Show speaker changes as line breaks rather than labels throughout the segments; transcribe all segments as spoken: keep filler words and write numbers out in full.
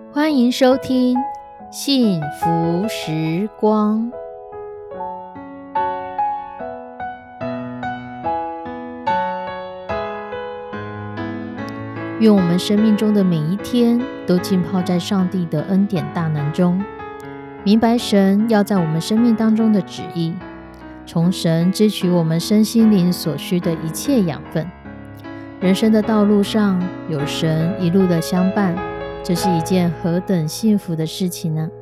欢迎收听幸福时光。愿我们生命中的每一天都浸泡在上帝的恩典大能中，明白神要在我们生命当中的旨意，从神支取我们身心灵所需的一切养分。人生的道路上有神一路的相伴，这是一件何等幸福的事情呢？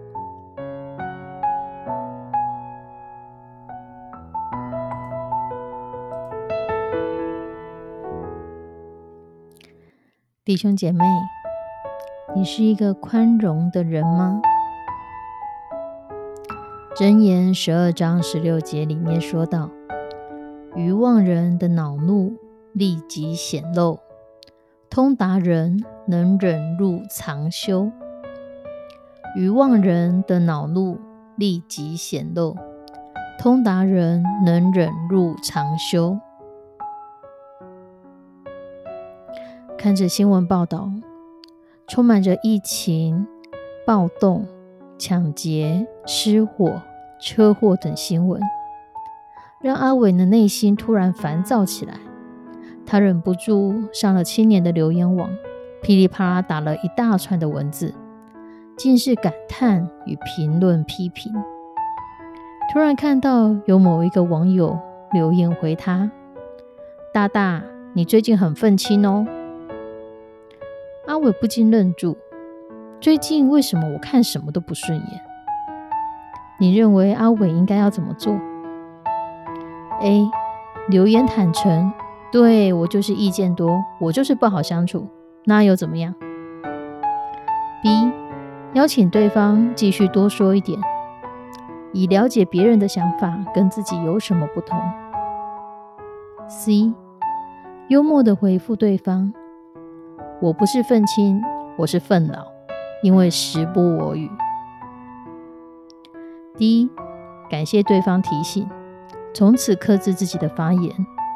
弟兄姐妹，你是一个宽容的人吗？箴言十二章十六节里面说到，愚妄人的恼怒立即显露，通达人能忍辱藏羞。愚妄人的恼怒立即显露，通达人能忍辱藏羞。看着新闻报道，充满着疫情、暴动、抢劫、失火、车祸等新闻，让阿伟的内心突然烦躁起来。他忍不住上了青年的留言网，噼里啪啦打了一大串的文字，尽是感叹与评论批评。突然看到有某一个网友留言回他：大大，你最近很愤青哦。阿伟不禁愣住，最近为什么我看什么都不顺眼？你认为阿伟应该要怎么做？ A. 留言坦诚，对，我就是意见多，我就是不好相处，那又怎么样？ B. 邀请对方继续多说一点，以了解别人的想法跟自己有什么不同。 C. 幽默地回复对方，我不是愤青，我是愤恼，因为时不我与。 D. 感谢对方提醒，从此克制自己的发言。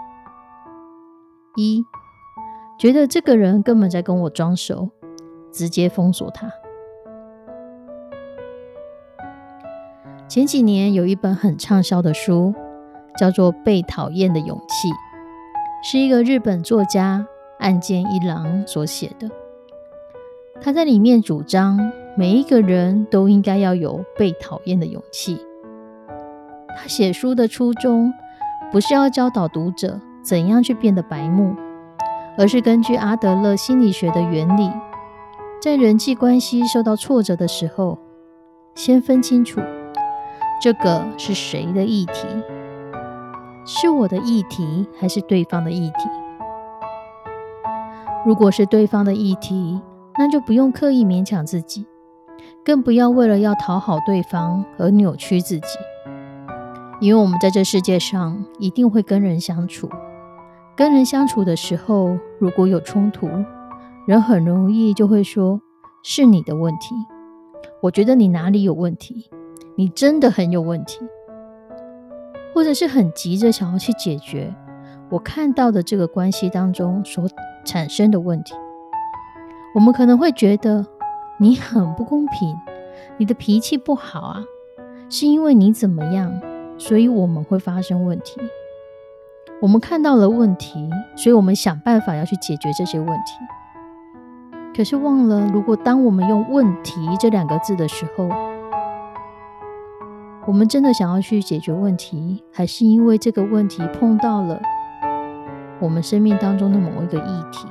一、觉得这个人根本在跟我装熟，直接封锁他。前几年有一本很畅销的书，叫做《被讨厌的勇气》，是一个日本作家岸见一郎所写的。他在里面主张每一个人都应该要有被讨厌的勇气。他写书的初衷不是要教导读者怎样去变得白目，而是根据阿德勒心理学的原理，在人际关系受到挫折的时候，先分清楚这个是谁的议题，是我的议题还是对方的议题。如果是对方的议题，那就不用刻意勉强自己，更不要为了要讨好对方而扭曲自己。因为我们在这世界上一定会跟人相处，跟人相处的时候，如果有冲突，人很容易就会说是你的问题，我觉得你哪里有问题，你真的很有问题，或者是很急着想要去解决我看到的这个关系当中所产生的问题。我们可能会觉得你很不公平，你的脾气不好啊，是因为你怎么样，所以我们会发生问题。我们看到了问题，所以我们想办法要去解决这些问题。可是忘了，如果当我们用问题这两个字的时候，我们真的想要去解决问题，还是因为这个问题碰到了我们生命当中的某一个议题？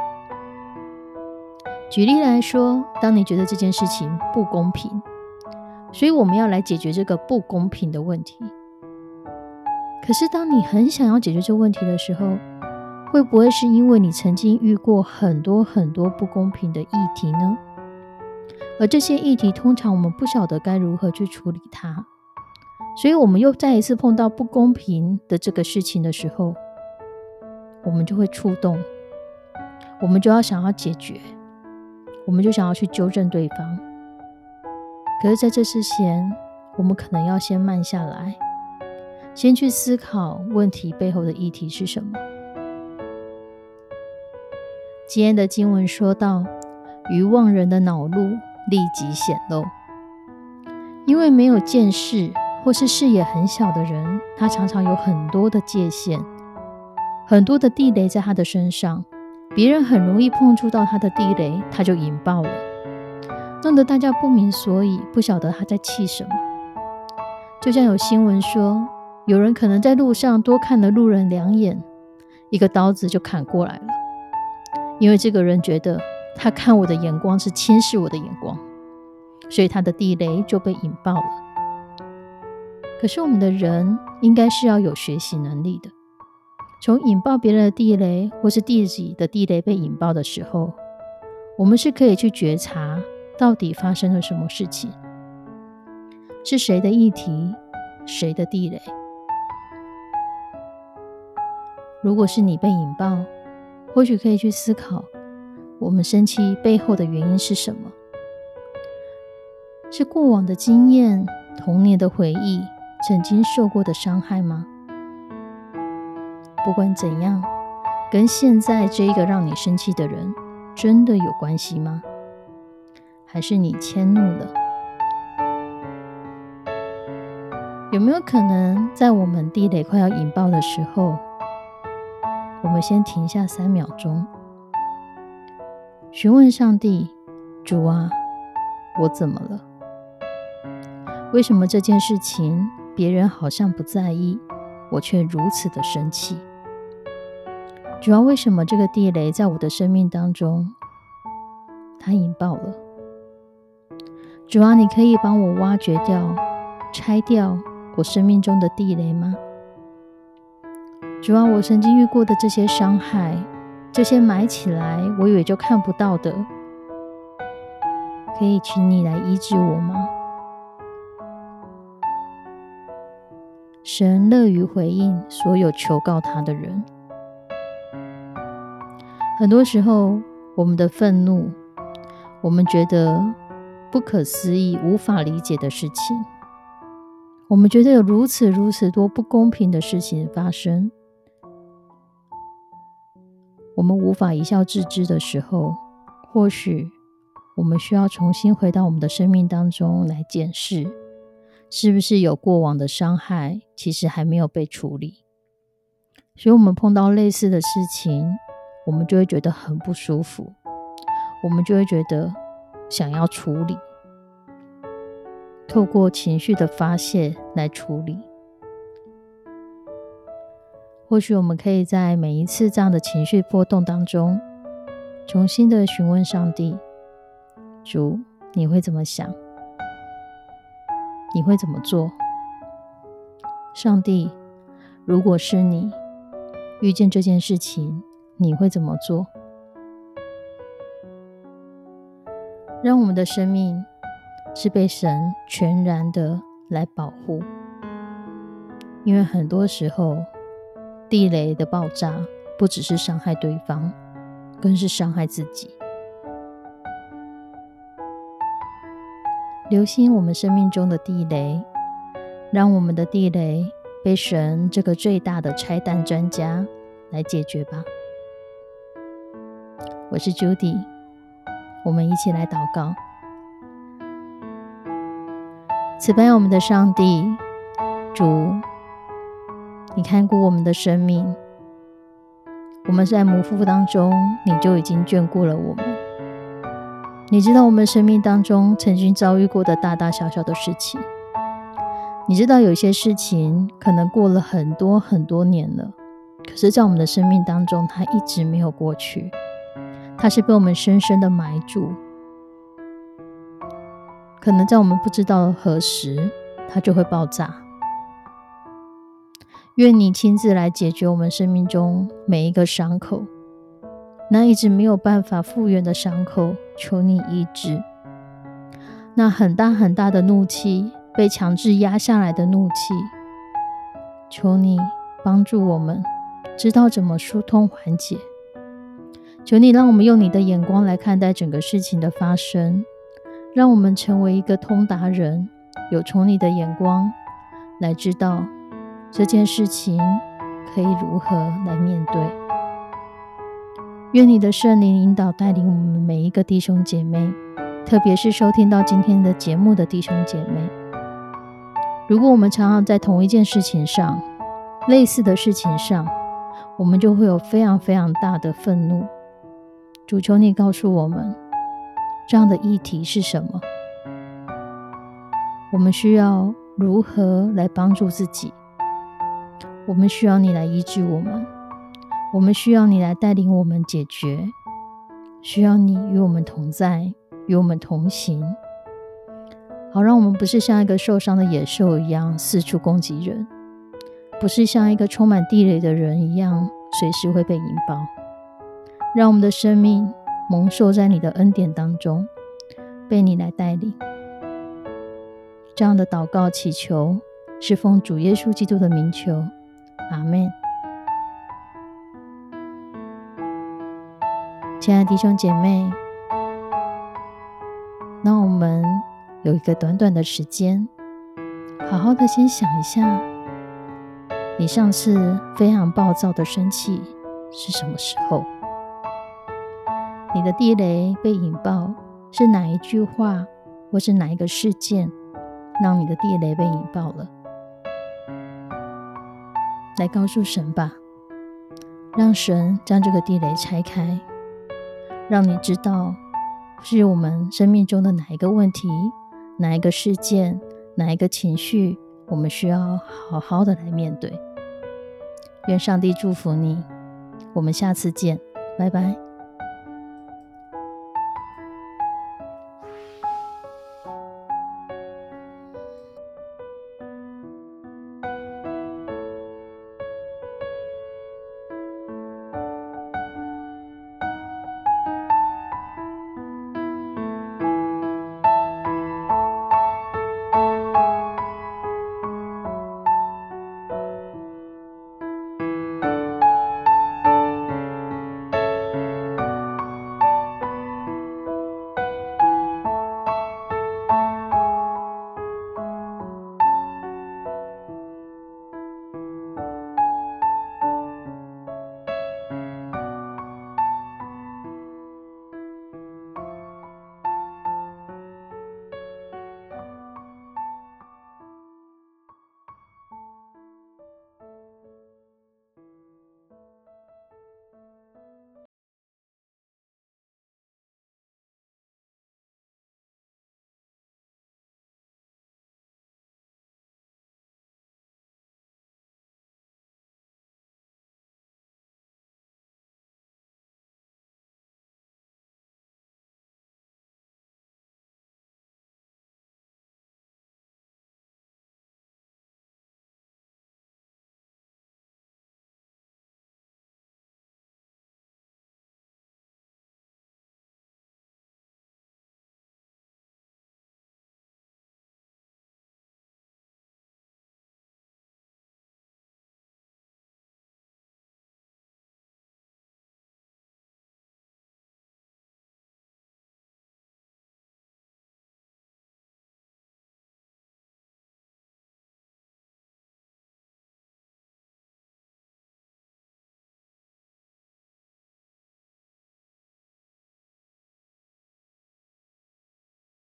举例来说，当你觉得这件事情不公平，所以我们要来解决这个不公平的问题。可是当你很想要解决这个问题的时候，会不会是因为你曾经遇过很多很多不公平的议题呢？而这些议题通常我们不晓得该如何去处理它，所以我们又再一次碰到不公平的这个事情的时候，我们就会触动，我们就要想要解决，我们就想要去纠正对方。可是在这之前，我们可能要先慢下来，先去思考问题背后的议题是什么。今天的经文说到， 愚妄人的恼怒立即显露。因为没有见识或是视野很小的人，他常常有很多的界限，很多的地雷在他的身上，别人很容易碰触到他的地雷，他就引爆了，弄得大家不明所以，不晓得他在气什么。就像有新闻说，有人可能在路上多看了路人两眼，一个刀子就砍过来了，因为这个人觉得他看我的眼光是轻视我的眼光，所以他的地雷就被引爆了。可是我们的人应该是要有学习能力的，从引爆别人的地雷或是自己的地雷被引爆的时候，我们是可以去觉察到底发生了什么事情，是谁的议题，谁的地雷。如果是你被引爆，或许可以去思考我们生气背后的原因是什么，是过往的经验、童年的回忆、曾经受过的伤害吗？不管怎样，跟现在这一个让你生气的人真的有关系吗？还是你迁怒了？有没有可能在我们地雷快要引爆的时候，我们先停下三秒钟，询问上帝：主啊，我怎么了？为什么这件事情别人好像不在意，我却如此的生气？主要为什么这个地雷在我的生命当中它引爆了？主啊，你可以帮我挖掘掉、拆掉我生命中的地雷吗？主啊，我曾经遇过的这些伤害，这些埋起来我以为就看不到的，可以请你来医治我吗？神乐于回应所有求告他的人。很多时候，我们的愤怒，我们觉得不可思议、无法理解的事情，我们觉得有如此如此多不公平的事情发生，我们无法一笑置之的时候，或许我们需要重新回到我们的生命当中来检视，是不是有过往的伤害其实还没有被处理。所以我们碰到类似的事情，我们就会觉得很不舒服，我们就会觉得想要处理，透过情绪的发泄来处理。或许我们可以在每一次这样的情绪波动当中，重新的询问上帝：主，你会怎么想？你会怎么做？上帝，如果是你遇见这件事情，你会怎么做？让我们的生命是被神全然的来保护，因为很多时候地雷的爆炸不只是伤害对方，更是伤害自己。留心我们生命中的地雷，让我们的地雷被神这个最大的拆弹专家来解决吧。我是 Judy， 我们一起来祷告。慈悲我们的上帝，主，你看顾我们的生命，我们在母腹当中，你就已经眷顾了我们。你知道我们生命当中曾经遭遇过的大大小小的事情，你知道有些事情可能过了很多很多年了，可是在我们的生命当中它一直没有过去，它是被我们深深的埋住，可能在我们不知道何时它就会爆炸。愿你亲自来解决我们生命中每一个伤口，那一直没有办法复原的伤口，求你医治。那很大很大的怒气，被强制压下来的怒气，求你帮助我们知道怎么疏通缓解。求你让我们用你的眼光来看待整个事情的发生，让我们成为一个通达人，有从你的眼光来知道这件事情可以如何来面对。 愿你的圣灵引导带领我们每一个弟兄姐妹，特别是收听到今天的节目的弟兄姐妹。如果我们常常在同一件事情上，类似的事情上，我们就会有非常非常大的愤怒。主，求你告诉我们，这样的议题是什么？我们需要如何来帮助自己？我们需要你来医治我们，我们需要你来带领我们解决，需要你与我们同在，与我们同行，好让我们不是像一个受伤的野兽一样四处攻击人，不是像一个充满地雷的人一样随时会被引爆。让我们的生命蒙受在你的恩典当中，被你来带领。这样的祷告祈求是奉主耶稣基督的名求，阿们。亲爱的弟兄姐妹，让我们有一个短短的时间，好好的先想一下，你上次非常暴躁的生气是什么时候？你的地雷被引爆是哪一句话或是哪一个事件让你的地雷被引爆了？来告诉神吧，让神将这个地雷拆开，让你知道是我们生命中的哪一个问题，哪一个事件，哪一个情绪，我们需要好好的来面对。愿上帝祝福你，我们下次见，拜拜。